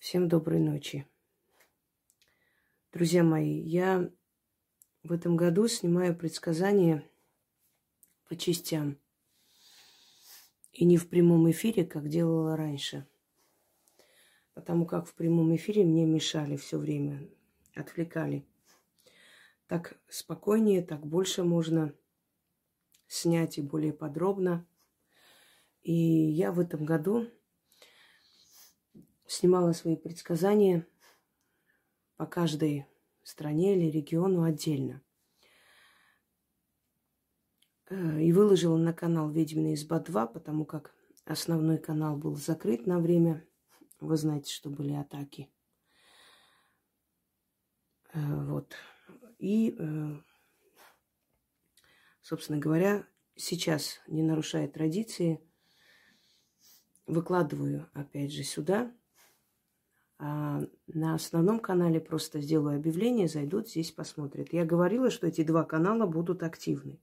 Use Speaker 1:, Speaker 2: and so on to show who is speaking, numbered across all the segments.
Speaker 1: Всем доброй ночи. Друзья мои, я в этом году снимаю предсказания по частям. И не в прямом эфире, как делала раньше. Потому как в прямом эфире мне мешали все время, отвлекали. Так спокойнее, так больше можно снять и более подробно. И я в этом году снимала свои предсказания по каждой стране или региону отдельно. И выложила на канал «Ведьмина изба 2», потому как основной канал был закрыт на время. Вы знаете, что были атаки. Вот. И, собственно говоря, сейчас, не нарушая традиции, выкладываю опять же сюда. А на основном канале просто сделаю объявление, зайдут, здесь посмотрят. Я говорила, что эти два канала будут активны.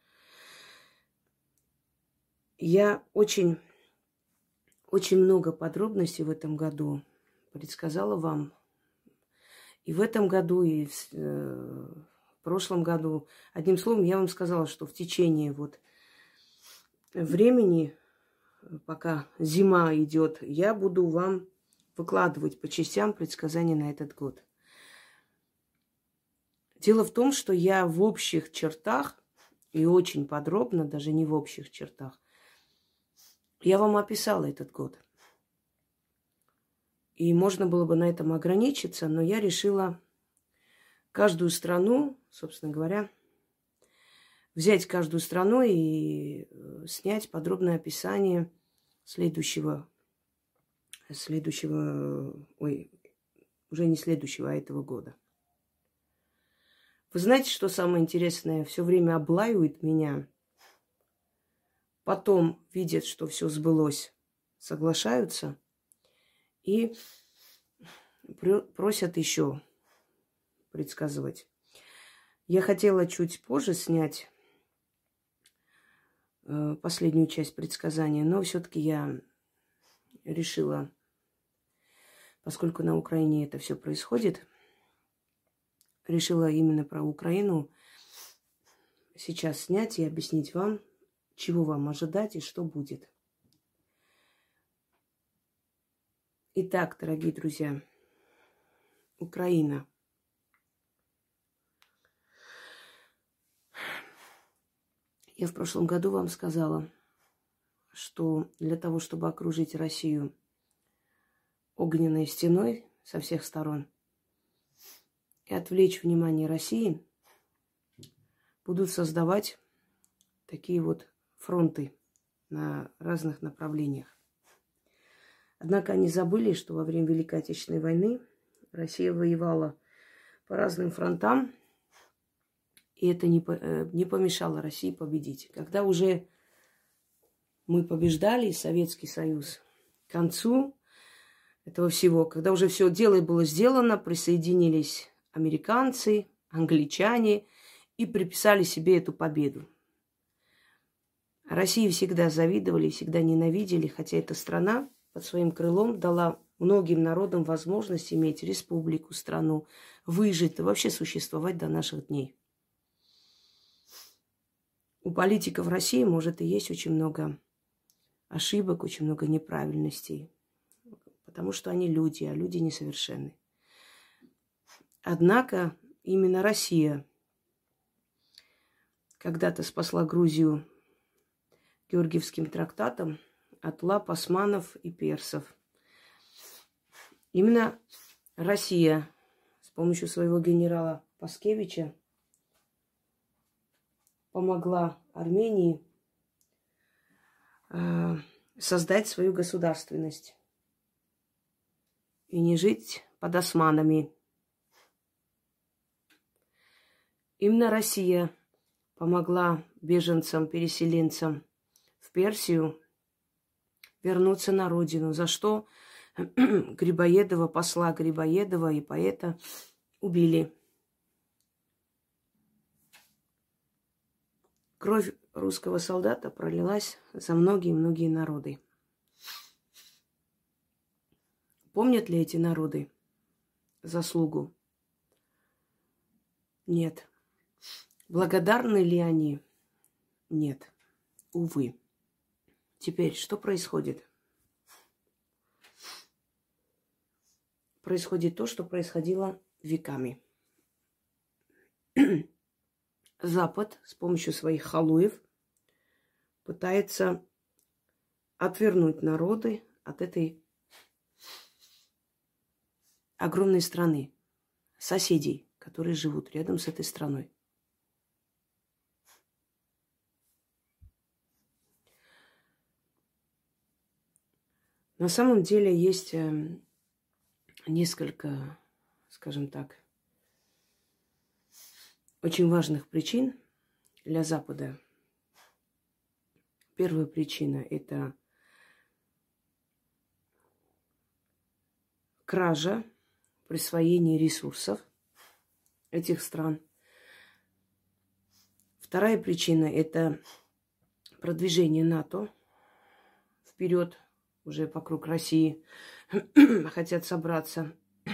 Speaker 1: Я очень много подробностей в этом году предсказала вам. И в этом году, и в прошлом году. Одним словом, я вам сказала, что в течение времени, пока зима идет, я буду вам выкладывать по частям предсказания на этот год. Дело в том, что я в общих чертах и очень подробно, даже не в общих чертах, я вам описала этот год. И можно было бы на этом ограничиться, но я решила каждую страну, собственно говоря, взять каждую страну и снять подробное описание следующего, уже не следующего, а этого года. Вы знаете, что самое интересное? Все время облаивают меня, потом видят, что все сбылось, соглашаются и просят еще предсказывать. Я хотела чуть позже снять последнюю часть предсказания, но все-таки я решила, поскольку на Украине это все происходит, решила именно про Украину сейчас снять и объяснить вам, чего вам ожидать и что будет. Итак, дорогие друзья, Украина. Я в прошлом году вам сказала, что для того, чтобы окружить Россию огненной стеной со всех сторон и отвлечь внимание России, будут создавать такие фронты на разных направлениях. Однако они забыли, что во время Великой Отечественной войны Россия воевала по разным фронтам, и это не помешало России победить. Когда уже мы побеждали, Советский Союз, к концу этого всего, когда уже все дело было сделано, присоединились американцы, англичане и приписали себе эту победу. России всегда завидовали, всегда ненавидели, хотя эта страна под своим крылом дала многим народам возможность иметь республику, страну, выжить и вообще существовать до наших дней. У политиков России, может, и есть очень много ошибок, очень много неправильностей, потому что они люди, а люди несовершенны. Однако именно Россия когда-то спасла Грузию Георгиевским трактатом от лап османов и персов. Именно Россия с помощью своего генерала Паскевича помогла Армении создать свою государственность и не жить под османами. Именно Россия помогла беженцам, переселенцам в Персию вернуться на родину, за что Грибоедова, посла Грибоедова и поэта убили. Кровь русского солдата пролилась за многие-многие народы. Помнят ли эти народы заслугу? Нет. Благодарны ли они? Нет. Увы. Теперь, что происходит? Происходит то, что происходило веками. Запад с помощью своих халуев пытается отвернуть народы от этой огромной страны, соседей, которые живут рядом с этой страной. На самом деле есть несколько, скажем так, очень важных причин для Запада. Первая причина – это кража, присвоение ресурсов этих стран. Вторая причина – это продвижение НАТО вперед, уже вокруг России хотят собраться.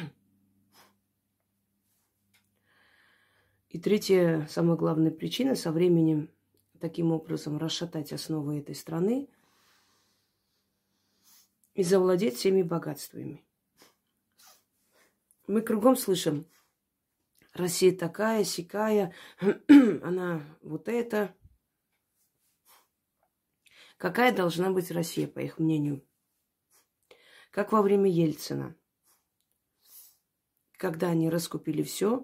Speaker 1: И третья, самая главная причина – со временем таким образом расшатать основы этой страны и завладеть всеми богатствами. Мы кругом слышим: Россия такая, сякая, она вот это. Какая должна быть Россия, по их мнению? Как во время Ельцина, когда они раскупили все,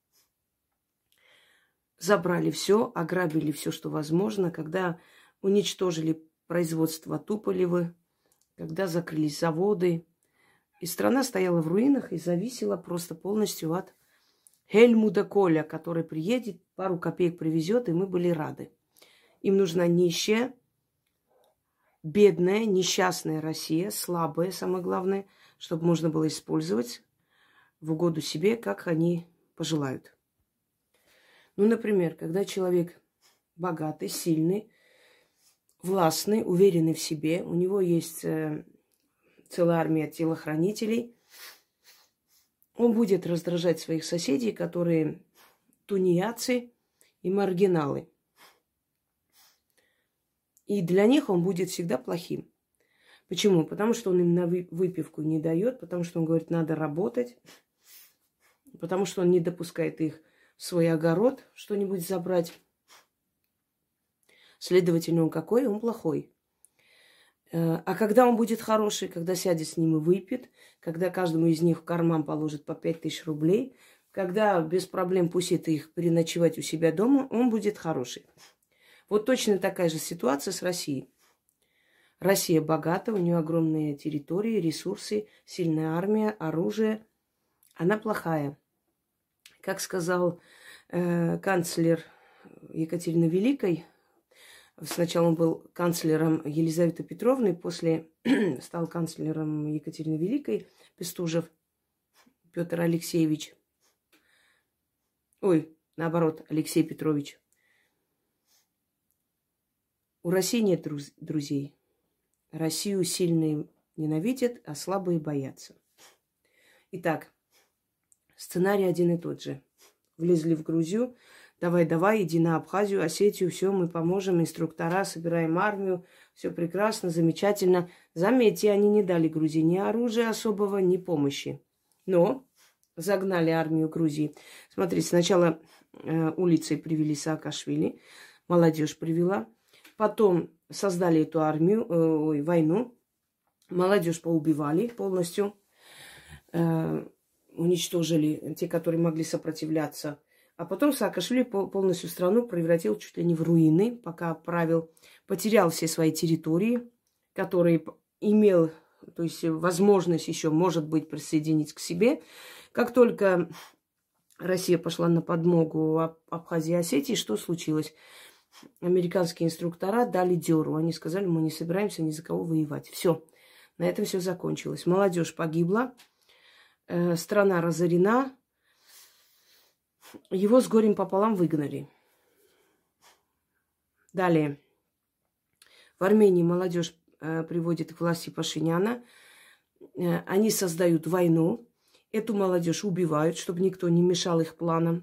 Speaker 1: забрали все, ограбили все, что возможно, когда уничтожили производство Туполева, когда закрылись заводы, и страна стояла в руинах и зависела просто полностью от Хельмута Коля, который приедет, пару копеек привезет, и мы были рады. Им нужна нищая, бедная, несчастная Россия, слабая, самое главное, чтобы можно было использовать в угоду себе, как они пожелают. Ну, например, когда человек богатый, сильный, властный, уверенный в себе, у него есть целая армия телохранителей, он будет раздражать своих соседей, которые тунеядцы и маргиналы. И для них он будет всегда плохим. Почему? Потому что он им на выпивку не дает, потому что он говорит, надо работать, потому что он не допускает их в свой огород что-нибудь забрать. Следовательно, он какой? Он плохой. А когда он будет хороший, когда сядет с ним и выпьет, когда каждому из них в карман положит по 5000 рублей, когда без проблем пустит их переночевать у себя дома, он будет хороший. Вот точно такая же ситуация с Россией. Россия богата, у нее огромные территории, ресурсы, сильная армия, оружие. Она плохая. Как сказал канцлер Екатерины Великой, сначала он был канцлером Елизаветы Петровны, после стал канцлером Екатерины Великой, Бестужев Петр Алексеевич. Ой, наоборот, Алексей Петрович. У России нет друзей. Россию сильные ненавидят, а слабые боятся. Итак, сценарий один и тот же. Влезли в Грузию. Давай, иди на Абхазию, Осетию, все, мы поможем, инструктора, собираем армию, все прекрасно, замечательно. Заметьте, они не дали Грузии ни оружия особого, ни помощи. Но загнали армию Грузии. Смотрите, сначала улицей привели Саакашвили, молодежь привела, потом создали эту армию, войну, молодежь поубивали полностью, уничтожили те, которые могли сопротивляться. А потом Саакашвили полностью страну превратил чуть ли не в руины, пока правил, потерял все свои территории, которые имел, то есть возможность еще, может быть, присоединить к себе. Как только Россия пошла на подмогу Абхазии и Осетии, что случилось? Американские инструктора дали дёру. Они сказали, мы не собираемся ни за кого воевать. Все, на этом все закончилось. Молодежь погибла, страна разорена, его с горем пополам выгнали. Далее. В Армении молодежь приводит к власти Пашиняна. Они создают войну, эту молодежь убивают, чтобы никто не мешал их планам.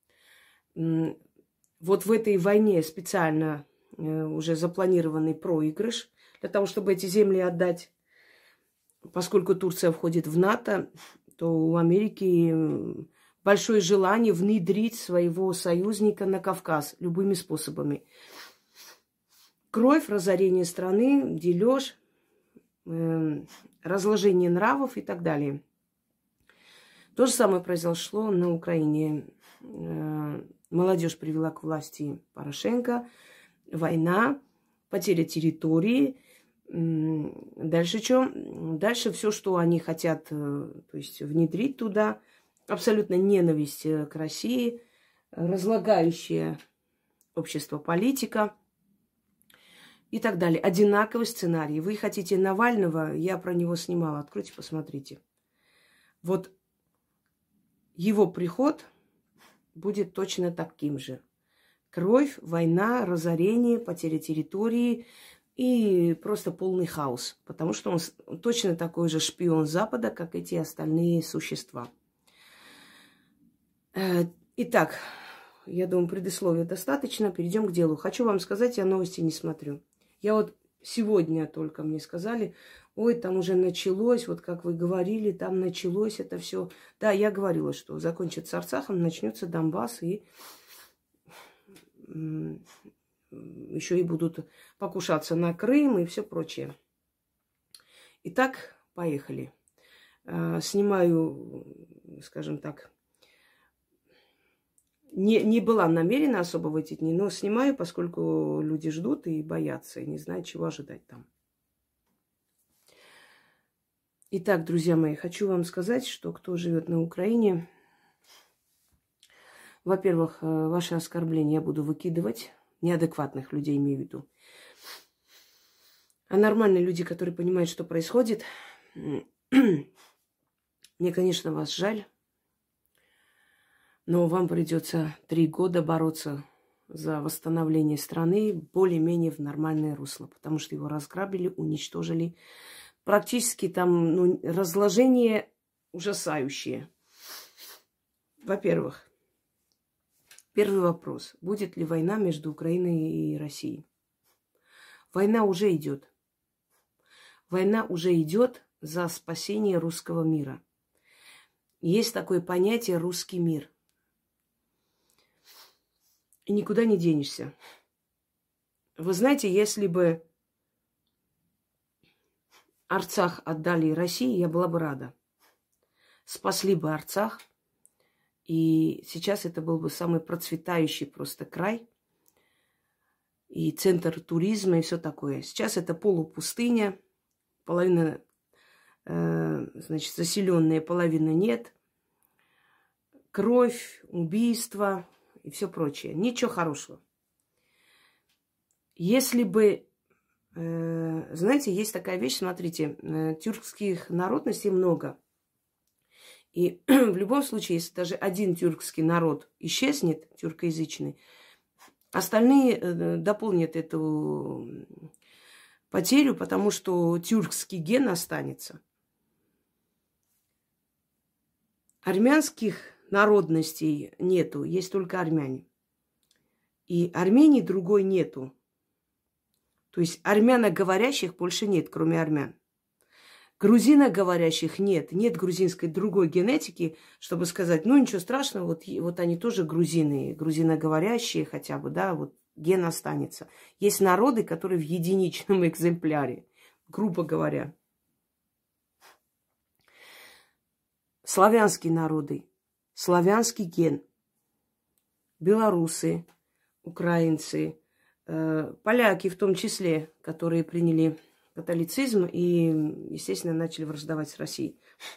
Speaker 1: Вот в этой войне специально уже запланированный проигрыш для того, чтобы эти земли отдать. Поскольку Турция входит в НАТО, то у Америки большое желание внедрить своего союзника на Кавказ любыми способами. Кровь, разорение страны, дележ, разложение нравов и так далее. То же самое произошло на Украине. Молодежь привела к власти Порошенко, война, потеря территории. Дальше что? Дальше все, что они хотят, то есть внедрить туда, абсолютно ненависть к России, разлагающее общество политика и так далее. Одинаковый сценарий. Вы хотите Навального, я про него снимала, откройте, посмотрите. Вот его приход будет точно таким же. Кровь, война, разорение, потеря территории и просто полный хаос. Потому что он точно такой же шпион Запада, как эти остальные существа. Итак, я думаю, предисловия достаточно. Перейдем к делу. Хочу вам сказать, я новости не смотрю. Я вот сегодня только мне сказали, ой, там уже началось, вот как вы говорили, там началось это все. Да, я говорила, что закончится Арцахом, начнется Донбасс, и еще и будут покушаться на Крым и все прочее. Итак, поехали. Снимаю, скажем так, не была намерена особо в эти дни, но снимаю, поскольку люди ждут и боятся, и не знают, чего ожидать там. Итак, друзья мои, хочу вам сказать, что кто живет на Украине, во-первых, ваши оскорбления я буду выкидывать, неадекватных людей имею в виду. А нормальные люди, которые понимают, что происходит, мне, конечно, вас жаль, но вам придется 3 года бороться за восстановление страны более-менее в нормальное русло, потому что его разграбили, уничтожили. Практически там разложение ужасающее. Во-первых, первый вопрос. Будет ли война между Украиной и Россией? Война уже идет. Война уже идет за спасение русского мира. Есть такое понятие «русский мир». И никуда не денешься. Вы знаете, если бы Арцах отдали России, я была бы рада. Спасли бы Арцах. И сейчас это был бы самый процветающий просто край. И центр туризма, и все такое. Сейчас это полупустыня. Половина, значит, заселенная, половина нет. Кровь, убийства и все прочее. Ничего хорошего. Если бы, знаете, есть такая вещь, смотрите, тюркских народностей много. И в любом случае, если даже один тюркский народ исчезнет, тюркоязычный, остальные дополнят эту потерю, потому что тюркский ген останется. Армянских народностей нету, есть только армяне. И Армении другой нету. То есть армяноговорящих больше нет, кроме армян. Грузиноговорящих нет. Нет грузинской другой генетики, чтобы сказать, ну ничего страшного, вот они тоже грузины, грузиноговорящие хотя бы, да, вот ген останется. Есть народы, которые в единичном экземпляре, грубо говоря. Славянские народы, славянский ген, белорусы, украинцы, поляки в том числе, которые приняли католицизм и, естественно, начали враждовать с Россией.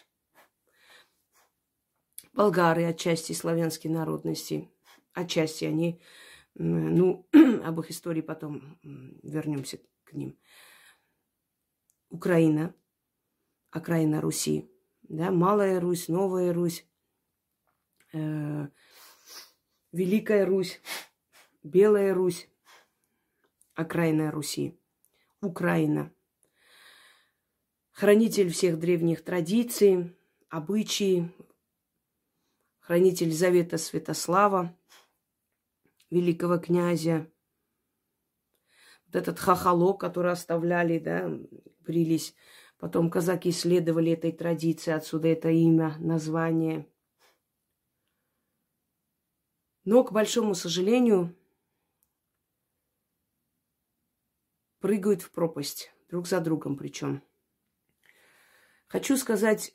Speaker 1: Болгары отчасти славянские народности, отчасти они, ну, об их истории потом вернемся к ним. Украина, окраина Руси, да, Малая Русь, Новая Русь, Великая Русь, Белая Русь, окраина Руси, Украина. хранитель всех древних традиций, обычаи, хранитель завета Святослава, великого князя. Вот этот хохолок, который оставляли, да, брились. Потом казаки следовали этой традиции, отсюда это имя, название. Но, к большому сожалению, прыгают в пропасть, друг за другом причем. Хочу сказать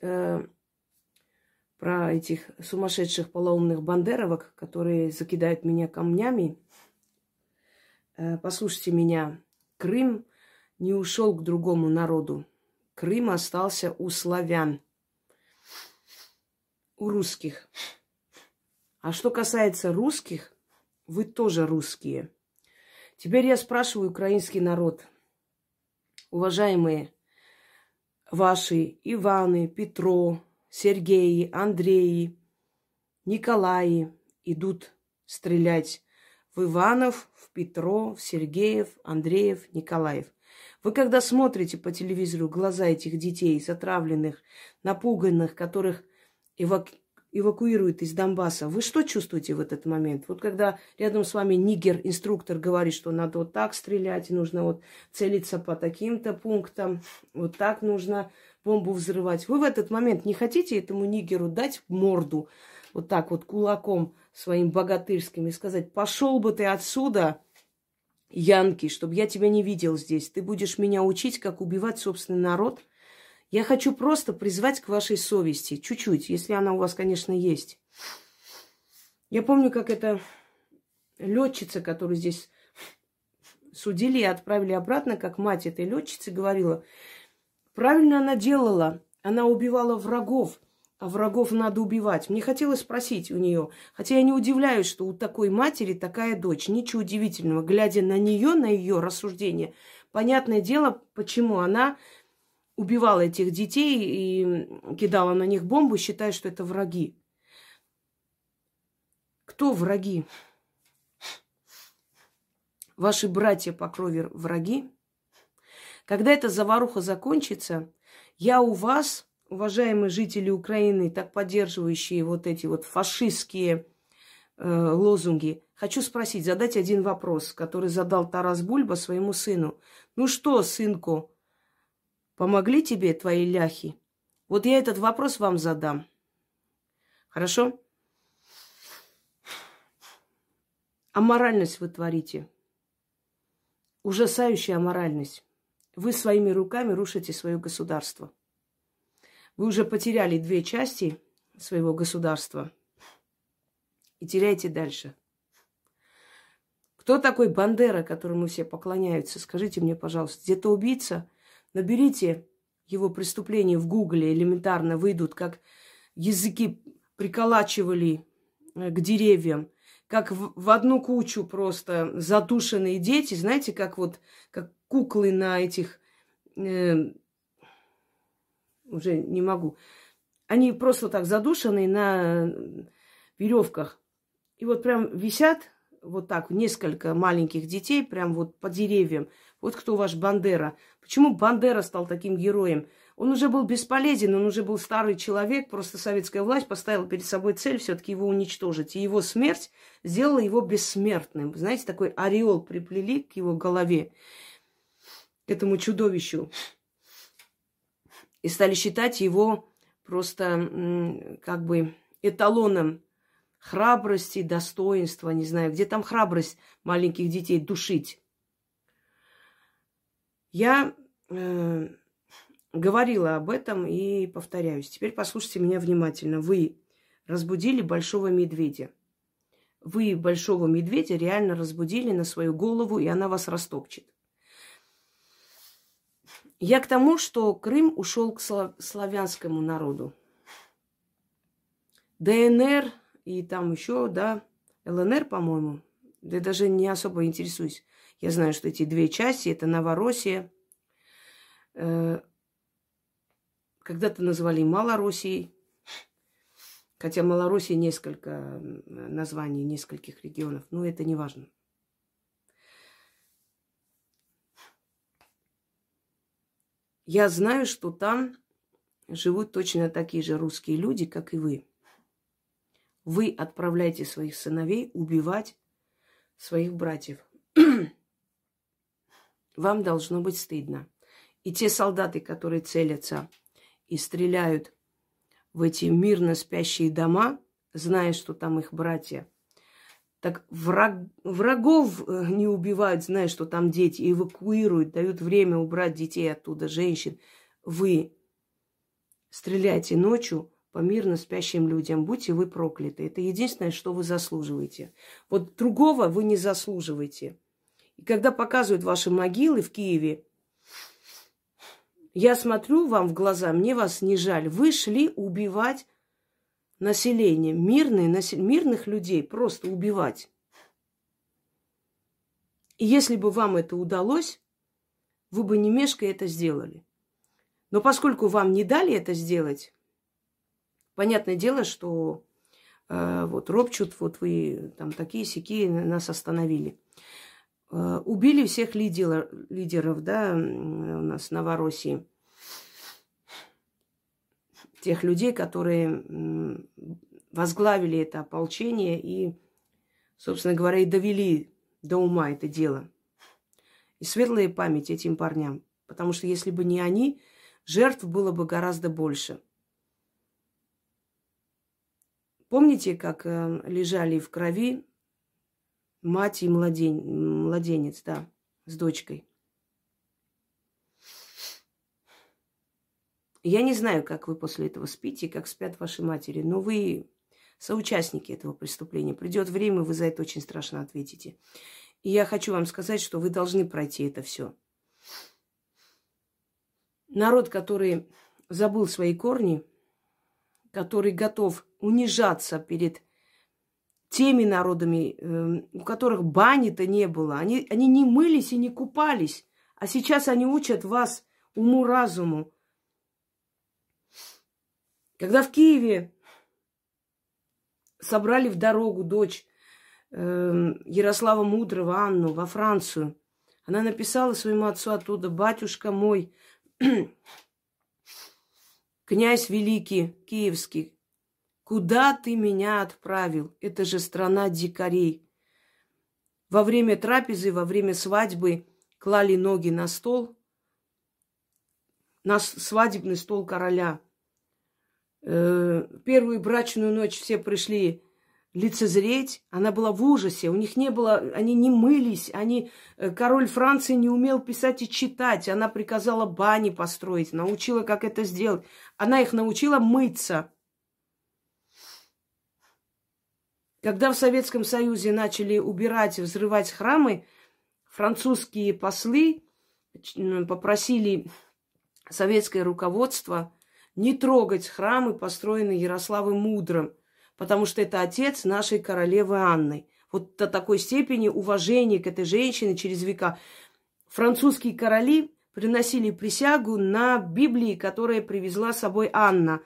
Speaker 1: про этих сумасшедших полоумных бандеровок, которые закидают меня камнями. Послушайте меня. Крым не ушел к другому народу. Крым остался у славян, у русских. А что касается русских, вы тоже русские. Теперь я спрашиваю украинский народ. Уважаемые ваши Иваны, Петро, Сергеи, Андреи, Николаи идут стрелять в Иванов, в Петро, в Сергеев, Андреев, Николаев. Вы когда смотрите по телевизору глаза этих детей, затравленных, напуганных, которых эвакуируют из Донбасса, вы что чувствуете в этот момент? Вот когда рядом с вами нигер-инструктор говорит, что надо вот так стрелять, нужно вот целиться по таким-то пунктам, вот так нужно бомбу взрывать. Вы в этот момент не хотите этому нигеру дать морду вот так вот кулаком своим богатырским и сказать: пошел бы ты отсюда, Янки, чтобы я тебя не видел здесь. Ты будешь меня учить, как убивать собственный народ. Я хочу просто призвать к вашей совести. Чуть-чуть, если она у вас, конечно, есть. Я помню, как эта летчица, которую здесь судили и отправили обратно, как мать этой летчицы говорила, правильно она делала. Она убивала врагов, а врагов надо убивать. Мне хотелось спросить у нее, хотя я не удивляюсь, что у такой матери такая дочь. Ничего удивительного. Глядя на нее, на ее рассуждения, понятное дело, почему она убивала этих детей и кидала на них бомбу, считая, что это враги. Кто враги? Ваши братья по крови враги? Когда эта заваруха закончится, я у вас, уважаемые жители Украины, так поддерживающие вот эти вот фашистские лозунги, хочу спросить, задать один вопрос, который задал Тарас Бульба своему сыну. Ну что, сынку, помогли тебе твои ляхи? Вот я этот вопрос вам задам. Хорошо? Аморальность вы творите. Ужасающая аморальность. Вы своими руками рушите свое государство. Вы уже потеряли 2 части своего государства и теряете дальше. Кто такой Бандера, которому все поклоняются? Скажите мне, пожалуйста. Где-то убийца? Наберите его преступления в Гугле, элементарно выйдут, как языки приколачивали к деревьям, как в одну кучу просто задушенные дети, знаете, как вот как куклы на этих, уже не могу, они просто так задушенные на веревках. И вот прям висят вот так несколько маленьких детей прям вот по деревьям. Вот кто ваш Бандера. Почему Бандера стал таким героем? Он уже был бесполезен, он уже был старый человек, просто советская власть поставила перед собой цель все-таки его уничтожить. И его смерть сделала его бессмертным. Знаете, такой ореол приплели к его голове, к этому чудовищу. И стали считать его просто как бы эталоном храбрости, достоинства, не знаю, где там храбрость маленьких детей душить. Я говорила об этом и повторяюсь. Теперь послушайте меня внимательно. Вы разбудили большого медведя. Вы большого медведя реально разбудили на свою голову, и она вас растопчет. Я к тому, что Крым ушел к славянскому народу. ДНР и там еще, да, ЛНР, по-моему. Да я даже не особо интересуюсь. Я знаю, что эти 2 части, это Новороссия. Когда-то называли Малороссией. Хотя Малороссия несколько названий, нескольких регионов. Но это не важно. Я знаю, что там живут точно такие же русские люди, как и вы. Вы отправляете своих сыновей убивать своих братьев. Вам должно быть стыдно. И те солдаты, которые целятся и стреляют в эти мирно спящие дома, зная, что там их братья, так врагов не убивают, зная, что там дети, эвакуируют, дают время убрать детей оттуда, женщин. Вы стреляйте ночью по мирно спящим людям. Будьте вы прокляты. Это единственное, что вы заслуживаете. Вот другого вы не заслуживаете. И когда показывают ваши могилы в Киеве, я смотрю вам в глаза, мне вас не жаль. Вы шли убивать население, мирных людей, просто убивать. И если бы вам это удалось, вы бы не мешкая это сделали. Но поскольку вам не дали это сделать, понятное дело, что вот ропчут, вот вы там такие-сякие нас остановили. Убили всех лидеров, да, у нас в Новороссии. Тех людей, которые возглавили это ополчение и, собственно говоря, и довели до ума это дело. И светлая память этим парням. Потому что если бы не они, жертв было бы гораздо больше. Помните, как лежали в крови мать и младенец, да, с дочкой? Я не знаю, как вы после этого спите, как спят ваши матери, но вы соучастники этого преступления. Придет время, вы за это очень страшно ответите. И я хочу вам сказать, что вы должны пройти это все. Народ, который забыл свои корни, который готов унижаться перед теми народами, у которых бани-то не было. Они не мылись и не купались. А сейчас они учат вас уму-разуму. Когда в Киеве собрали в дорогу дочь Ярослава Мудрого, Анну, во Францию, она написала своему отцу оттуда: «Батюшка мой, князь великий, киевский, куда ты меня отправил? Это же страна дикарей». Во время трапезы, во время свадьбы клали ноги на стол, на свадебный стол короля. Первую брачную ночь все пришли лицезреть. Она была в ужасе. У них не было, они не мылись, король Франции не умел писать и читать. Она приказала бани построить, научила, как это сделать. Она их научила мыться. Когда в Советском Союзе начали убирать, взрывать храмы, французские послы попросили советское руководство не трогать храмы, построенные Ярославом Мудрым, потому что это отец нашей королевы Анны. Вот до такой степени уважения к этой женщине через века. Французские короли приносили присягу на Библии, которую привезла с собой Анна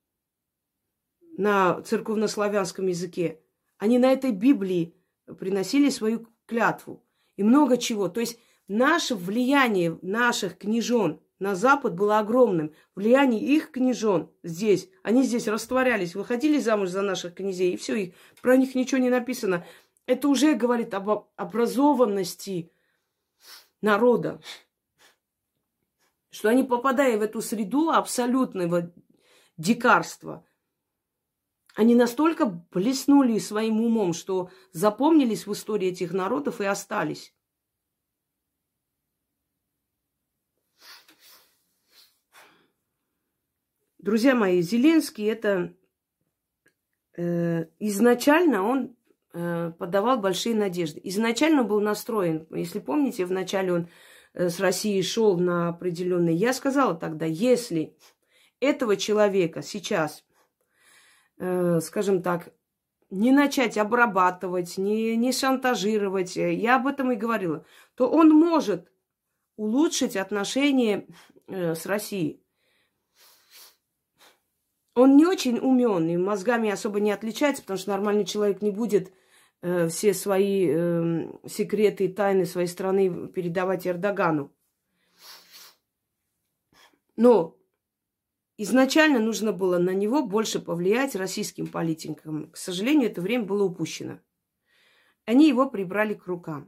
Speaker 1: на церковнославянском языке. Они на этой Библии приносили свою клятву. И много чего. То есть наше влияние наших княжон на Запад было огромным. Влияние их княжон здесь. Они здесь растворялись, выходили замуж за наших князей, и все, про них ничего не написано. Это уже говорит об образованности народа. Что они, попадая в эту среду абсолютного дикарства, они настолько блеснули своим умом, что запомнились в истории этих народов и остались. Друзья мои, Зеленский это изначально он подавал большие надежды. Изначально был настроен, если помните, вначале он с Россией шел на определенный. Я сказала тогда, если этого человека сейчас, скажем так, не начать обрабатывать, не шантажировать, я об этом и говорила, то он может улучшить отношения с Россией. Он не очень умен и мозгами особо не отличается, потому что нормальный человек не будет все свои секреты и тайны своей страны передавать Эрдогану. Но изначально нужно было на него больше повлиять российским политикам. К сожалению, это время было упущено. Они его прибрали к рукам.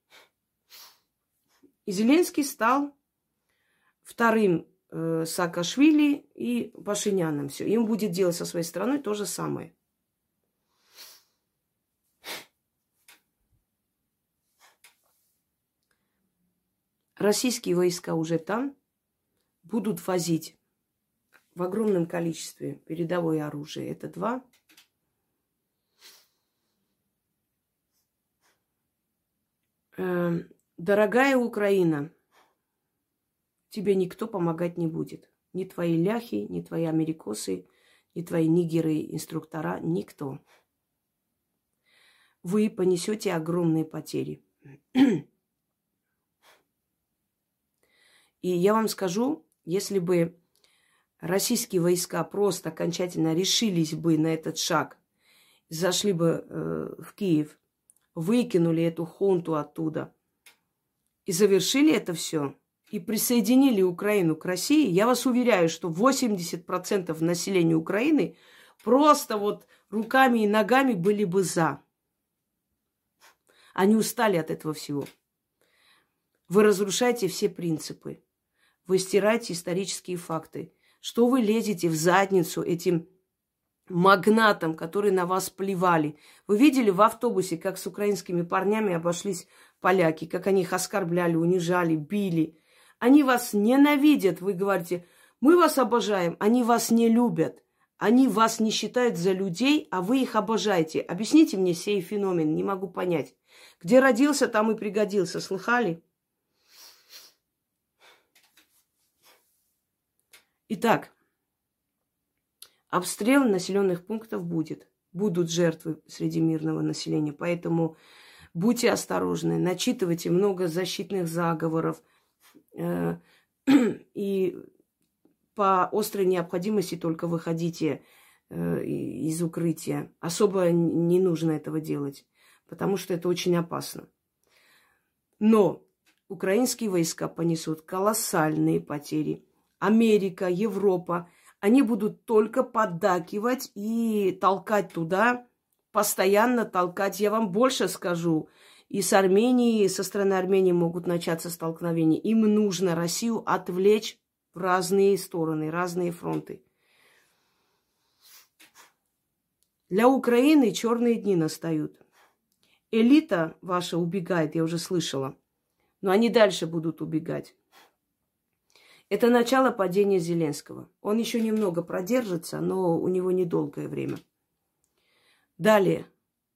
Speaker 1: И Зеленский стал вторым Саакашвили и Пашиняном. Все. Им будет делать со своей страной то же самое. Российские войска уже там будут возить в огромном количестве передовое оружие. Это два. Дорогая Украина, тебе никто помогать не будет. Ни твои ляхи, ни твои америкосы, ни твои нигеры, инструктора, никто. Вы понесете огромные потери. И я вам скажу, если бы российские войска просто окончательно решились бы на этот шаг, зашли бы в Киев, выкинули эту хунту оттуда и завершили это все, и присоединили Украину к России, я вас уверяю, что 80% населения Украины просто вот руками и ногами были бы за. Они устали от этого всего. Вы разрушаете все принципы. Вы стираете исторические факты. Что вы лезете в задницу этим магнатам, которые на вас плевали? Вы видели в автобусе, как с украинскими парнями обошлись поляки, как они их оскорбляли, унижали, били? Они вас ненавидят, вы говорите, мы вас обожаем, они вас не любят. Они вас не считают за людей, а вы их обожаете. Объясните мне сей феномен, не могу понять. Где родился, там и пригодился, слыхали? Итак, обстрел населенных пунктов будет. Будут жертвы среди мирного населения. Поэтому будьте осторожны, начитывайте много защитных заговоров. И по острой необходимости только выходите из укрытия. Особо не нужно этого делать, потому что это очень опасно. Но украинские войска понесут колоссальные потери. Америка, Европа, они будут только поддакивать и толкать туда, постоянно толкать. Я вам больше скажу, и с Арменией, и со стороны Армении могут начаться столкновения. Им нужно Россию отвлечь в разные стороны, разные фронты. Для Украины черные дни настают. Элита ваша убегает, я уже слышала, но они дальше будут убегать. Это начало падения Зеленского. Он еще немного продержится, но у него недолгое время. Далее.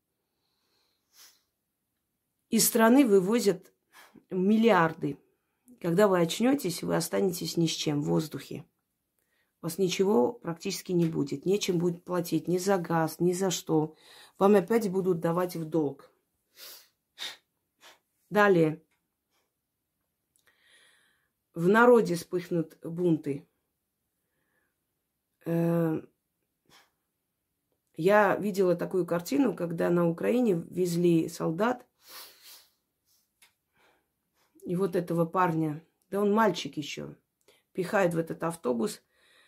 Speaker 1: Из страны вывозят миллиарды. Когда вы очнетесь, вы останетесь ни с чем в воздухе. У вас ничего практически не будет. Нечем будет платить ни за газ, ни за что. Вам опять будут давать в долг. Далее. В народе вспыхнут бунты. Я видела такую картину, когда на Украине везли солдат. И вот этого парня, да он мальчик еще, пихают в этот автобус.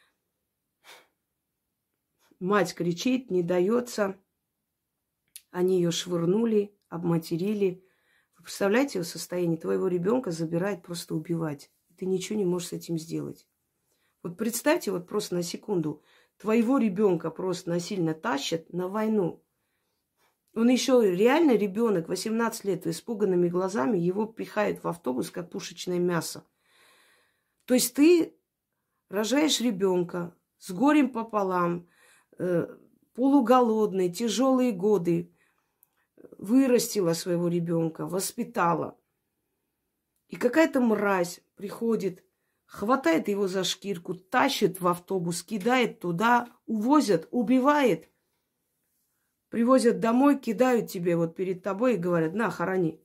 Speaker 1: Мать кричит, не дается. Они ее швырнули, обматерили. Вы представляете его состояние? Твоего ребенка забирает просто убивать. Ты ничего не можешь с этим сделать. Вот представьте, вот просто на секунду, твоего ребенка просто насильно тащат на войну. Он еще реально ребенок, 18 лет, испуганными глазами, его пихают в автобус, как пушечное мясо. То есть ты рожаешь ребенка с горем пополам, полуголодный, тяжелые годы, вырастила своего ребенка, воспитала. И какая-то мразь приходит, хватает его за шкирку, тащит в автобус, кидает туда, увозят, убивает. Привозят домой, кидают тебе вот перед тобой и говорят, на, хорони.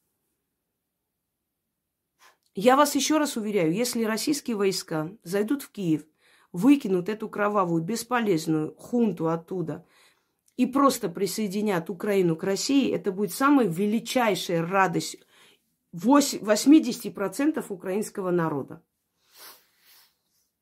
Speaker 1: Я вас еще раз уверяю, если российские войска зайдут в Киев, выкинут эту кровавую, бесполезную хунту оттуда и просто присоединят Украину к России, это будет самая величайшая радость 80% украинского народа.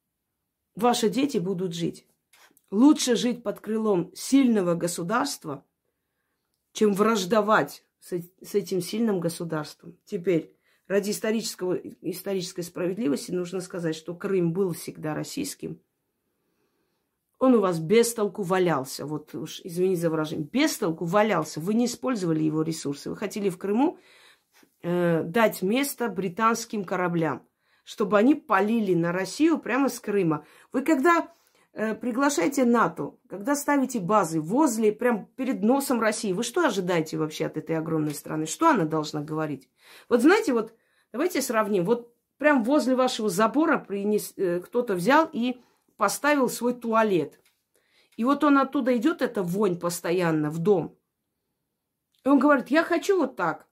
Speaker 1: ваши дети будут жить. Лучше жить под крылом сильного государства, чем враждовать с этим сильным государством. Теперь, ради исторической справедливости нужно сказать, что Крым был всегда российским. Он у вас без толку валялся. Вот уж, извини за выражение. Без толку валялся. Вы не использовали его ресурсы. Вы хотели в Крыму дать место британским кораблям, чтобы они палили на Россию прямо с Крыма. Вы когда приглашаете НАТО, когда ставите базы возле, прям перед носом России, вы что ожидаете вообще от этой огромной страны? Что она должна говорить? Вот знаете, вот давайте сравним. Вот прям возле вашего забора кто-то взял и поставил свой туалет. И вот он оттуда идет, эта вонь постоянно в дом. И он говорит, я хочу вот так.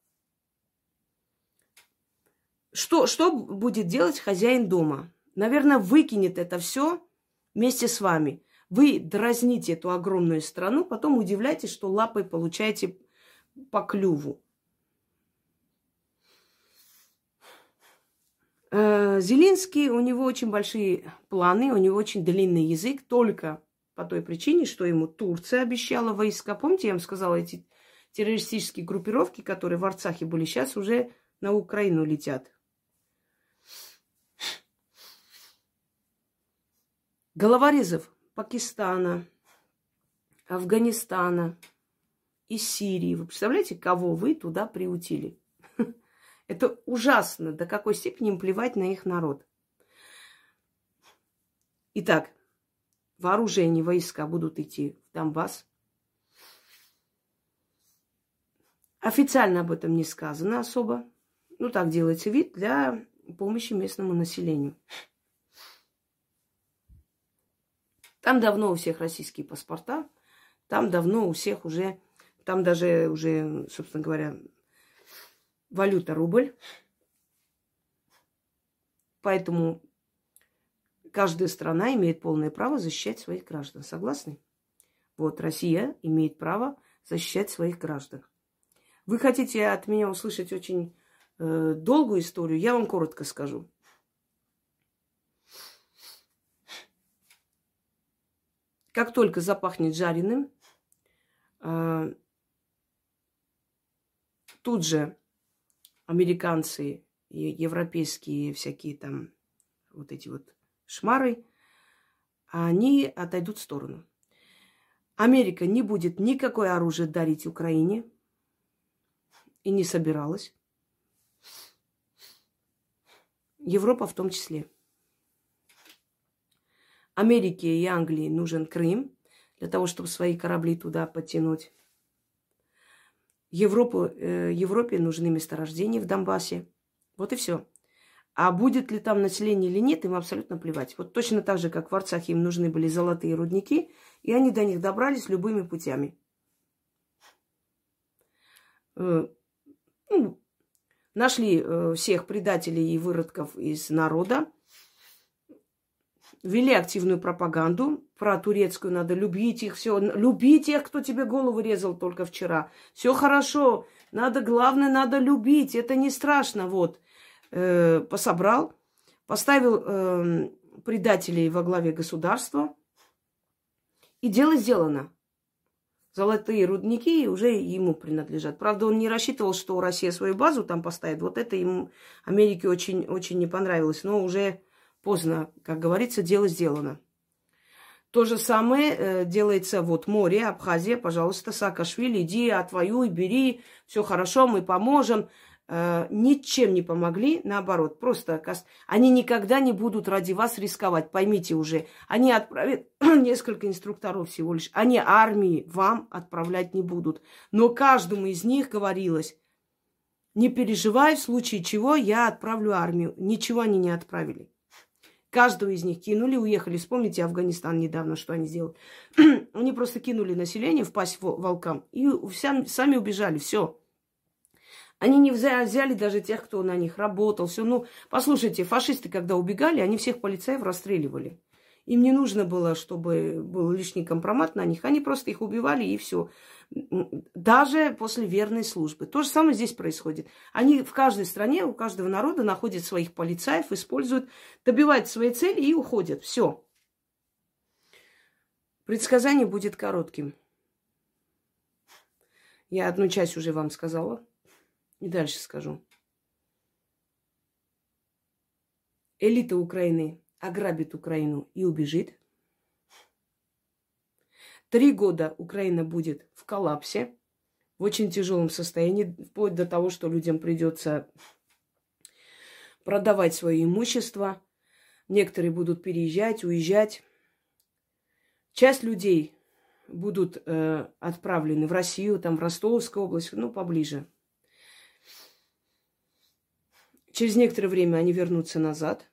Speaker 1: Что будет делать хозяин дома? Наверное, выкинет это все вместе с вами. Вы дразните эту огромную страну, потом удивляйтесь, что лапой получаете по клюву. Зеленский, у него очень большие планы, у него очень длинный язык, только по той причине, что ему Турция обещала войска. Помните, я вам сказала, эти террористические группировки, которые в Арцахе были, сейчас уже на Украину летят. Головорезов Пакистана, Афганистана и Сирии. Вы представляете, кого вы туда приутили? Это ужасно, до какой степени им плевать на их народ. Итак, вооружение, войска будут идти в Донбасс. Официально об этом не сказано особо. Ну, так делается вид для помощи местному населению. Там давно у всех российские паспорта. Там давно у всех уже... Там даже уже, собственно говоря... Валюта рубль. Поэтому каждая страна имеет полное право защищать своих граждан. Согласны? Вот Россия имеет право защищать своих граждан. Вы хотите от меня услышать очень долгую историю? Я вам коротко скажу. Как только запахнет жареным, тут же американцы и европейские всякие там вот эти вот шмары, они отойдут в сторону. Америка не будет никакое оружие дарить Украине и не собиралась. Европа в том числе. Америке и Англии нужен Крым для того, чтобы свои корабли туда подтянуть. Европе нужны месторождения в Донбассе. Вот и все. А будет ли там население или нет, им абсолютно плевать. Вот точно так же, как в Арцахе им нужны были золотые рудники, и они до них добрались любыми путями. Нашли всех предателей и выродков из народа, вели активную пропаганду про турецкую, надо любить их, все, люби тех, кто тебе голову резал только вчера. Все хорошо, главное, надо любить, это не страшно, вот. Пособрал, поставил предателей во главе государства, и дело сделано. Золотые рудники уже ему принадлежат. Правда, он не рассчитывал, что Россия свою базу там поставит. Вот это ему Америке очень, очень не понравилось. Но уже поздно, как говорится, дело сделано. То же самое делается вот море, Абхазия, пожалуйста, Саакашвили, иди, отвоюй, бери, все хорошо, мы поможем. Ничем не помогли, наоборот, просто они никогда не будут ради вас рисковать, поймите уже. Они отправят несколько инструкторов всего лишь, они армии вам отправлять не будут. Но каждому из них говорилось, не переживай, в случае чего я отправлю армию. Ничего они не отправили. Каждого из них кинули, уехали. Вспомните Афганистан недавно, что они сделали. Они просто кинули население в пасть волкам и сами убежали, все. Они не взяли даже тех, кто на них работал. Все. Ну, послушайте, фашисты, когда убегали, они всех полицаев расстреливали. Им не нужно было, чтобы был лишний компромат на них. Они просто их убивали, и все. Даже после верной службы. То же самое здесь происходит. Они в каждой стране, у каждого народа находят своих полицаев, используют, добивают свои цели и уходят. Все. Предсказание будет коротким. Я одну часть уже вам сказала. И дальше скажу. Элита Украины ограбит Украину и убежит. 3 года Украина будет в коллапсе, в очень тяжелом состоянии, вплоть до того, что людям придется продавать свое имущество. Некоторые будут переезжать, уезжать. Часть людей будут отправлены в Россию, там в Ростовскую область, ну, поближе. Через некоторое время они вернутся назад.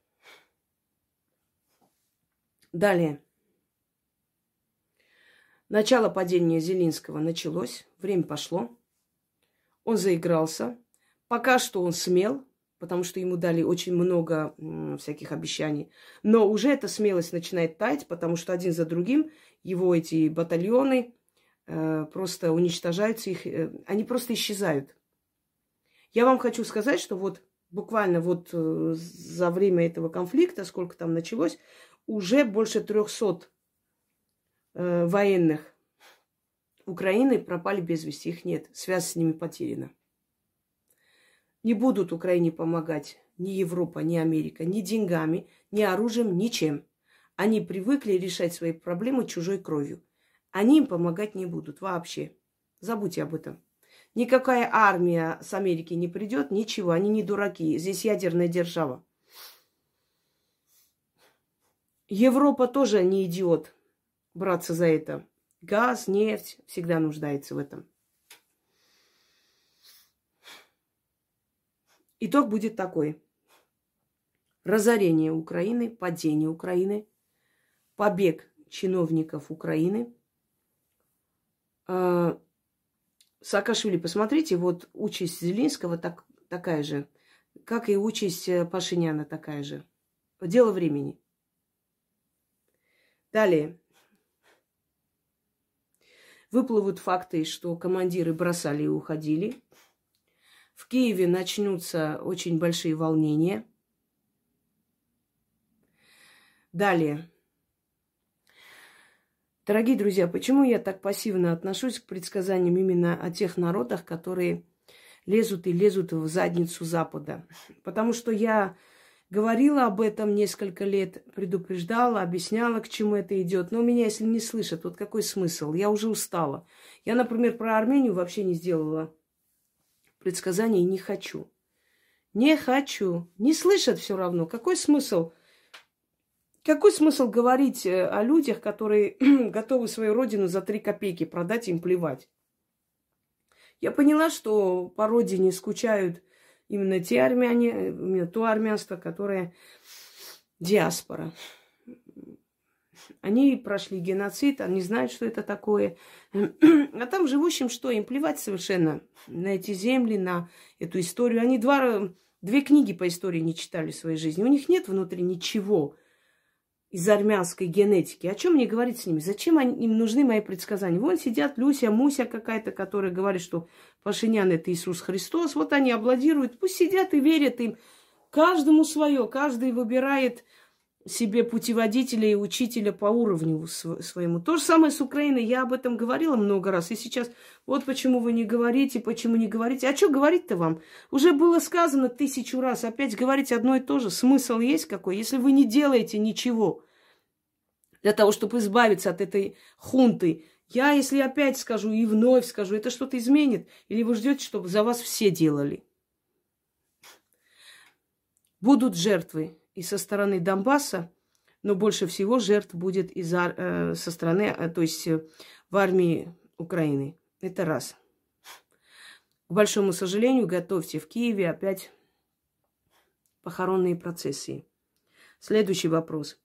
Speaker 1: Далее. Начало падения Зеленского началось, время пошло. Он заигрался. Пока что он смел, потому что ему дали очень много всяких обещаний. Но уже эта смелость начинает таять, потому что один за другим его эти батальоны просто уничтожаются, они просто исчезают. Я вам хочу сказать, что вот буквально вот за время этого конфликта, сколько там началось, уже больше 300 военных Украины пропали без вести. Их нет. Связь с ними потеряна. Не будут Украине помогать ни Европа, ни Америка, ни деньгами, ни оружием, ничем. Они привыкли решать свои проблемы чужой кровью. Они им помогать не будут вообще. Забудьте об этом. Никакая армия с Америки не придет, ничего. Они не дураки. Здесь ядерная держава. Европа тоже не идиот браться за это. Газ, нефть всегда нуждается в этом. Итог будет такой. Разорение Украины, падение Украины, побег чиновников Украины. Саакашвили, посмотрите, вот участь Зеленского такая же, как и участь Пашиняна такая же. Дело времени. Далее. Выплывут факты, что командиры бросали и уходили. В Киеве начнутся очень большие волнения. Далее. Дорогие друзья, почему я так пассивно отношусь к предсказаниям именно о тех народах, которые лезут и лезут в задницу Запада? Потому что я говорила об этом несколько лет, предупреждала, объясняла, к чему это идет. Но меня, если не слышат, вот какой смысл? Я уже устала. Я, например, про Армению вообще не сделала предсказания и не хочу. Не хочу. Не слышат все равно. Какой смысл? Какой смысл говорить о людях, которые готовы свою родину за 3 копейки продать, им плевать? Я поняла, что по родине скучают именно те армяне, именно то армянство, которое диаспора. Они прошли геноцид, они знают, что это такое. А там живущим что? Им плевать совершенно на эти земли, на эту историю. Они 2 книги по истории не читали в своей жизни. У них нет внутри ничего из армянской генетики. О чем мне говорить с ними? Зачем им нужны мои предсказания? Вон сидят Люся, Муся какая-то, которая говорит, что Пашинян – это Иисус Христос. Вот они аплодируют. Пусть сидят и верят им. Каждому свое. Каждый выбирает себе путеводителя и учителя по уровню своему. То же самое с Украиной. Я об этом говорила много раз. И сейчас вот почему вы не говорите, почему не говорите. А что говорить-то вам? Уже было сказано 1000 раз. Опять говорить одно и то же. Смысл есть какой? Если вы не делаете ничего для того, чтобы избавиться от этой хунты, я, если опять скажу и вновь скажу, это что-то изменит? Или вы ждете, чтобы за вас все делали? Будут жертвы и со стороны Донбасса, но больше всего жертв будет со стороны, то есть в армии Украины. Это раз. К большому сожалению, готовьте в Киеве опять похоронные процессии. Следующий вопрос.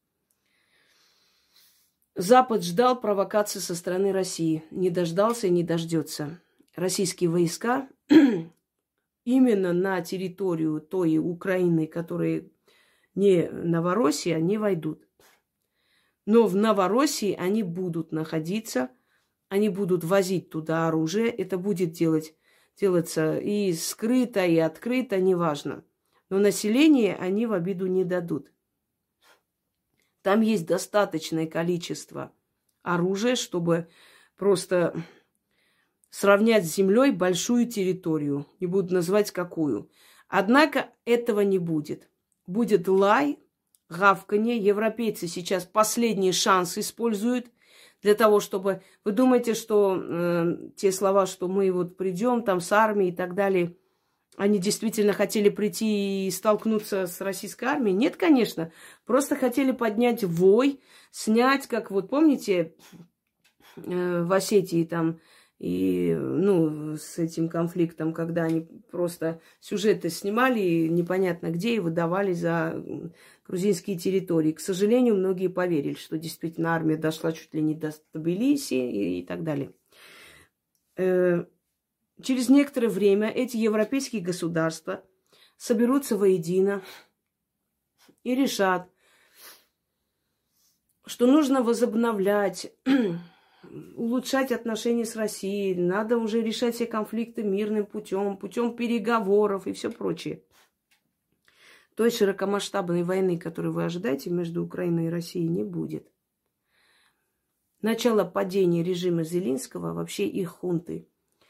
Speaker 1: Запад ждал провокации со стороны России. Не дождался и не дождется. Российские войска именно на территорию той Украины, которая не Новороссия, не войдут. Но в Новороссии они будут находиться, они будут возить туда оружие. Это будет делаться и скрыто, и открыто, неважно. Но население они в обиду не дадут. Там есть достаточное количество оружие, чтобы просто сравнять с землей большую территорию. Не буду называть какую. Однако этого не будет. Будет лай, гавканье. Европейцы сейчас последний шанс используют для того, чтобы... Вы думаете, что те слова, что мы вот придем там с армией и так далее, они действительно хотели прийти и столкнуться с российской армией? Нет, конечно. Просто хотели поднять вой, снять, как вот помните, в Осетии там, и, ну, с этим конфликтом, когда они просто сюжеты снимали непонятно где и выдавали за грузинские территории. К сожалению, многие поверили, что действительно армия дошла чуть ли не до Тбилиси и так далее. Через некоторое время эти европейские государства соберутся воедино и решат, что нужно возобновлять, улучшать отношения с Россией, надо уже решать все конфликты мирным путем, путем переговоров и все прочее. Той широкомасштабной войны, которую вы ожидаете между Украиной и Россией, не будет. Начало падения режима Зеленского, вообще их хунты,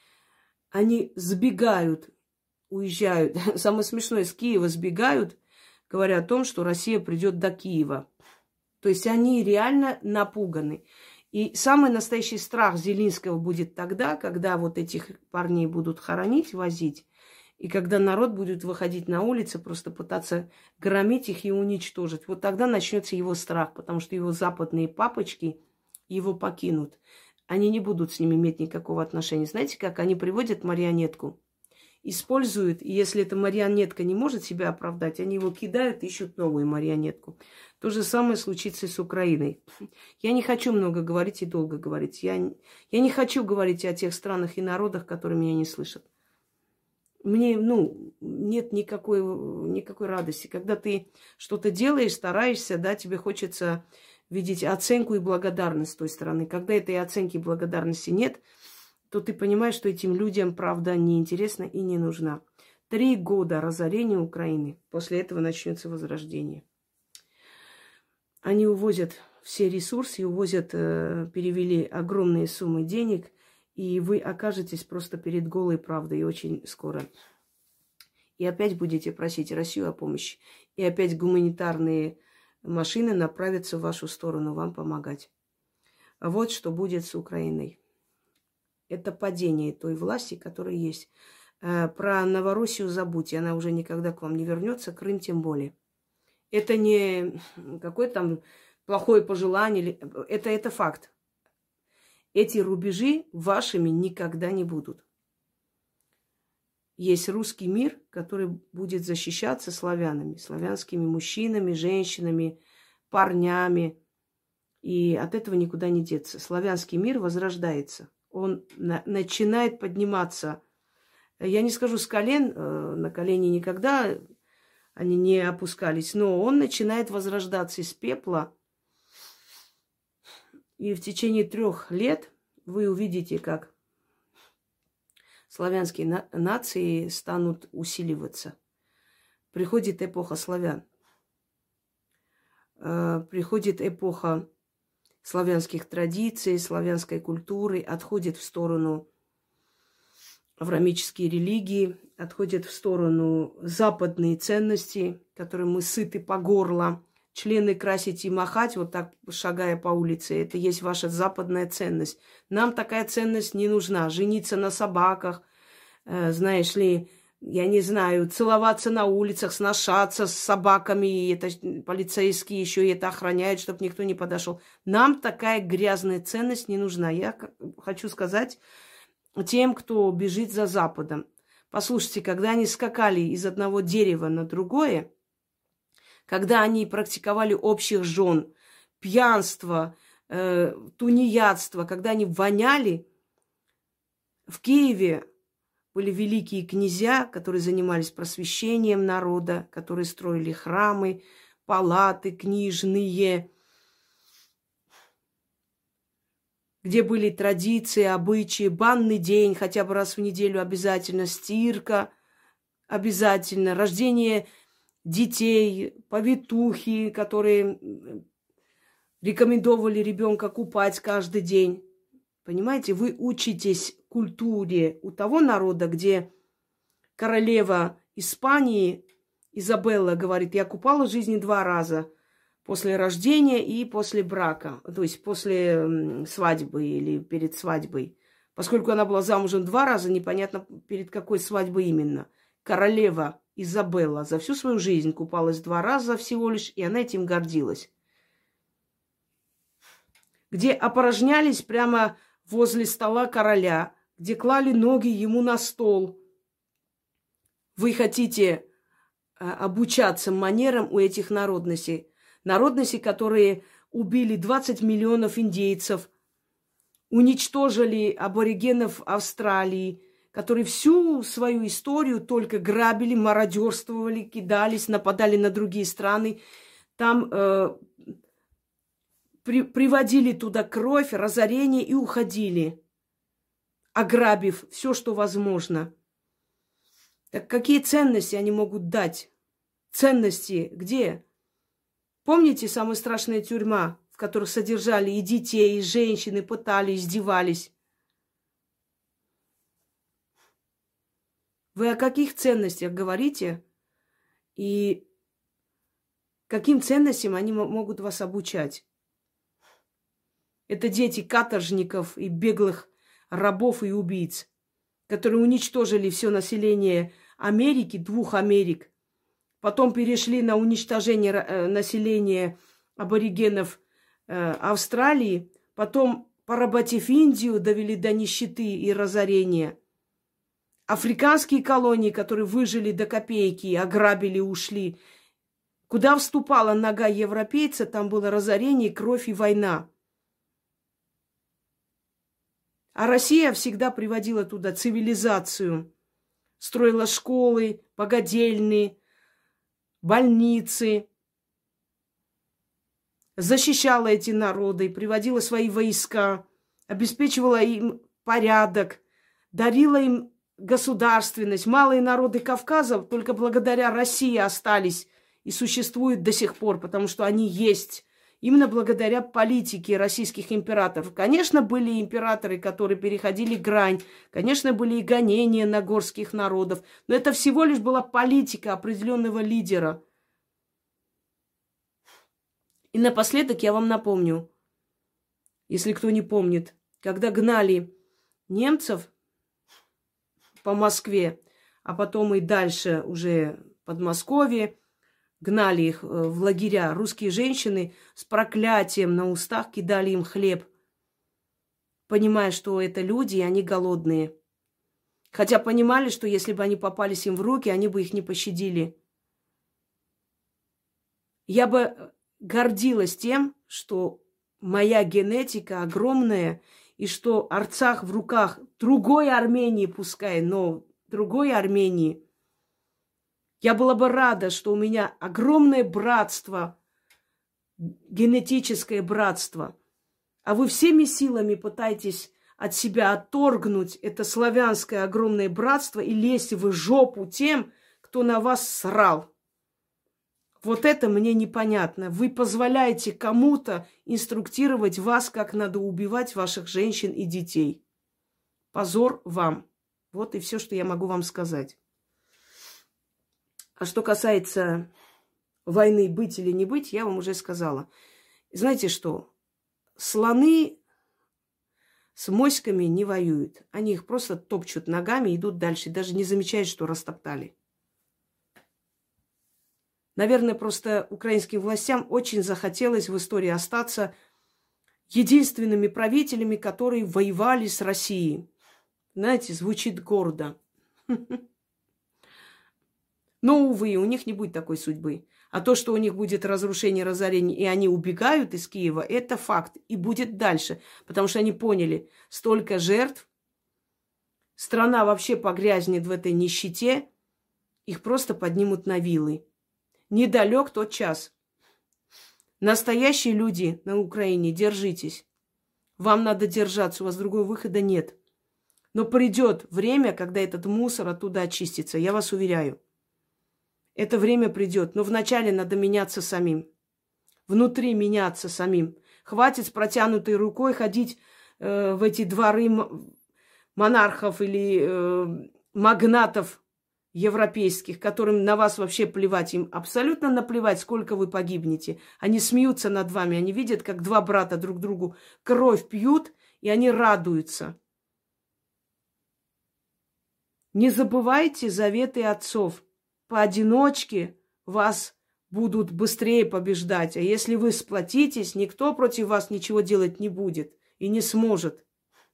Speaker 1: они сбегают, уезжают. Самое смешное, с Киева сбегают, говоря о том, что Россия придет до Киева. То есть они реально напуганы. И самый настоящий страх Зеленского будет тогда, когда вот этих парней будут хоронить, возить, и когда народ будет выходить на улицы, просто пытаться громить их и уничтожить. Вот тогда начнется его страх, потому что его западные папочки его покинут. Они не будут с ним иметь никакого отношения. Знаете, как они приводят марионетку, используют, и если эта марионетка не может себя оправдать, они его кидают, ищут новую марионетку. То же самое случится и с Украиной. Я не хочу много говорить и долго говорить. Я не хочу говорить о тех странах и народах, которые меня не слышат. Мне, нет никакой радости. Когда ты что-то делаешь, стараешься, да, тебе хочется видеть оценку и благодарность с той стороны. Когда этой оценки и благодарности нет, то ты понимаешь, что этим людям правда неинтересна и не нужна. 3 года разорения Украины. После этого начнется возрождение. Они увозят все ресурсы, перевели огромные суммы денег, и вы окажетесь просто перед голой правдой очень скоро. И опять будете просить Россию о помощи. И опять гуманитарные машины направятся в вашу сторону, вам помогать. Вот что будет с Украиной. Это падение той власти, которая есть. Про Новороссию забудьте, она уже никогда к вам не вернется, Крым тем более. Это не какое-то там плохое пожелание, это факт. Эти рубежи вашими никогда не будут. Есть русский мир, который будет защищаться славянами, славянскими мужчинами, женщинами, парнями. И от этого никуда не деться. Славянский мир возрождается. Он начинает подниматься. Я не скажу с колен, на колени никогда они не опускались, но он начинает возрождаться из пепла. И в течение 3 лет вы увидите, как славянские нации станут усиливаться. Приходит эпоха славян. Приходит эпоха славянских традиций, славянской культуры, отходит в сторону авраамические религии, отходят в сторону западные ценности, которым мы сыты по горло. Члены красить и махать, вот так шагая по улице, это есть ваша западная ценность. Нам такая ценность не нужна. Жениться на собаках, знаешь ли, я не знаю, целоваться на улицах, сношаться с собаками, и это полицейские еще и это охраняют, чтобы никто не подошел. Нам такая грязная ценность не нужна. Я хочу сказать тем, кто бежит за Западом. Послушайте, когда они скакали из одного дерева на другое, когда они практиковали общих жен, пьянство, тунеядство, когда они воняли, в Киеве были великие князья, которые занимались просвещением народа, которые строили храмы, палаты книжные, где были традиции, обычаи, банный день, хотя бы раз в неделю обязательно, стирка обязательно, рождение детей, повитухи, которые рекомендовали ребенка купать каждый день. Понимаете, вы учитесь культуре у того народа, где королева Испании Изабелла говорит: я купала в жизни 2 раза. После рождения и после брака. То есть после свадьбы или перед свадьбой. Поскольку она была замужем 2 раза, непонятно, перед какой свадьбой именно. Королева Изабелла за всю свою жизнь купалась 2 раза всего лишь, и она этим гордилась. Где опорожнялись прямо возле стола короля, где клали ноги ему на стол. Вы хотите обучаться манерам у этих народностей. Народности, которые убили 20 миллионов индейцев, уничтожили аборигенов Австралии, которые всю свою историю только грабили, мародерствовали, кидались, нападали на другие страны. Там приводили туда кровь, разорение и уходили, ограбив все, что возможно. Так какие ценности они могут дать? Ценности где? Помните, самая страшная тюрьма, в которой содержали и детей, и женщин, и пытали, издевались? Вы о каких ценностях говорите? И каким ценностям они могут вас обучать? Это дети каторжников и беглых рабов и убийц, которые уничтожили все население Америки, 2 Америк. Потом перешли на уничтожение населения аборигенов Австралии. Потом, поработив Индию, довели до нищеты и разорения. Африканские колонии, которые выжили до копейки, ограбили, ушли. Куда вступала нога европейца, там было разорение, кровь и война. А Россия всегда приводила туда цивилизацию. Строила школы, богадельни, больницы. Защищала эти народы, приводила свои войска, обеспечивала им порядок, дарила им государственность. Малые народы Кавказа только благодаря России остались и существуют до сих пор, потому что они есть. Именно благодаря политике российских императоров. Конечно, были императоры, которые переходили грань. Конечно, были и гонения на горских народов. Но это всего лишь была политика определенного лидера. И напоследок я вам напомню, если кто не помнит, когда гнали немцев по Москве, а потом и дальше уже Подмосковье, гнали их в лагеря, русские женщины с проклятием на устах кидали им хлеб, понимая, что это люди, и они голодные. Хотя понимали, что если бы они попались им в руки, они бы их не пощадили. Я бы гордилась тем, что моя генетика огромная, и что Арцах в руках другой Армении, пускай, но другой Армении. Я была бы рада, что у меня огромное братство, генетическое братство. А вы всеми силами пытаетесь от себя отторгнуть это славянское огромное братство и лезть в жопу тем, кто на вас срал. Вот это мне непонятно. Вы позволяете кому-то инструктировать вас, как надо убивать ваших женщин и детей. Позор вам. Вот и все, что я могу вам сказать. А что касается войны быть или не быть, я вам уже сказала. Знаете что? Слоны с моськами не воюют. Они их просто топчут ногами и идут дальше. Даже не замечают, что растоптали. Наверное, просто украинским властям очень захотелось в истории остаться единственными правителями, которые воевали с Россией. Знаете, звучит гордо. Но, увы, у них не будет такой судьбы. А то, что у них будет разрушение, разорение, и они убегают из Киева, это факт. И будет дальше. Потому что они поняли, столько жертв, страна вообще погрязнет в этой нищете, их просто поднимут на вилы. Недалек тот час. Настоящие люди на Украине, держитесь. Вам надо держаться, у вас другого выхода нет. Но придет время, когда этот мусор оттуда очистится, я вас уверяю. Это время придет, но вначале надо меняться самим. Внутри меняться самим. Хватит с протянутой рукой ходить в эти дворы монархов или магнатов европейских, которым на вас вообще плевать. Им абсолютно наплевать, сколько вы погибнете. Они смеются над вами, они видят, как два брата друг другу кровь пьют, и они радуются. Не забывайте заветы отцов. Поодиночке вас будут быстрее побеждать. А если вы сплотитесь, никто против вас ничего делать не будет и не сможет.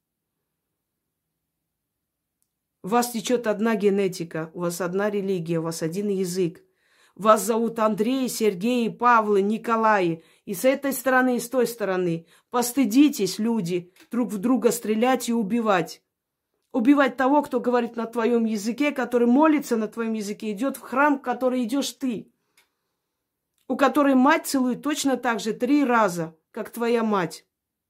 Speaker 1: У вас течет одна генетика, у вас одна религия, у вас один язык. Вас зовут Андрей, Сергей, Павлы, Николай. И с этой стороны, и с той стороны. Постыдитесь, люди, друг в друга стрелять и убивать. Убивать того, кто говорит на твоем языке, который молится на твоем языке, идет в храм, в который идешь ты. У которой мать целует точно так же 3 раза, как твоя мать.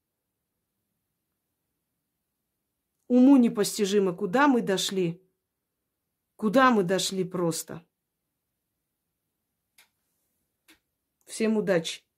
Speaker 1: Уму непостижимо, куда мы дошли. Куда мы дошли просто. Всем удачи.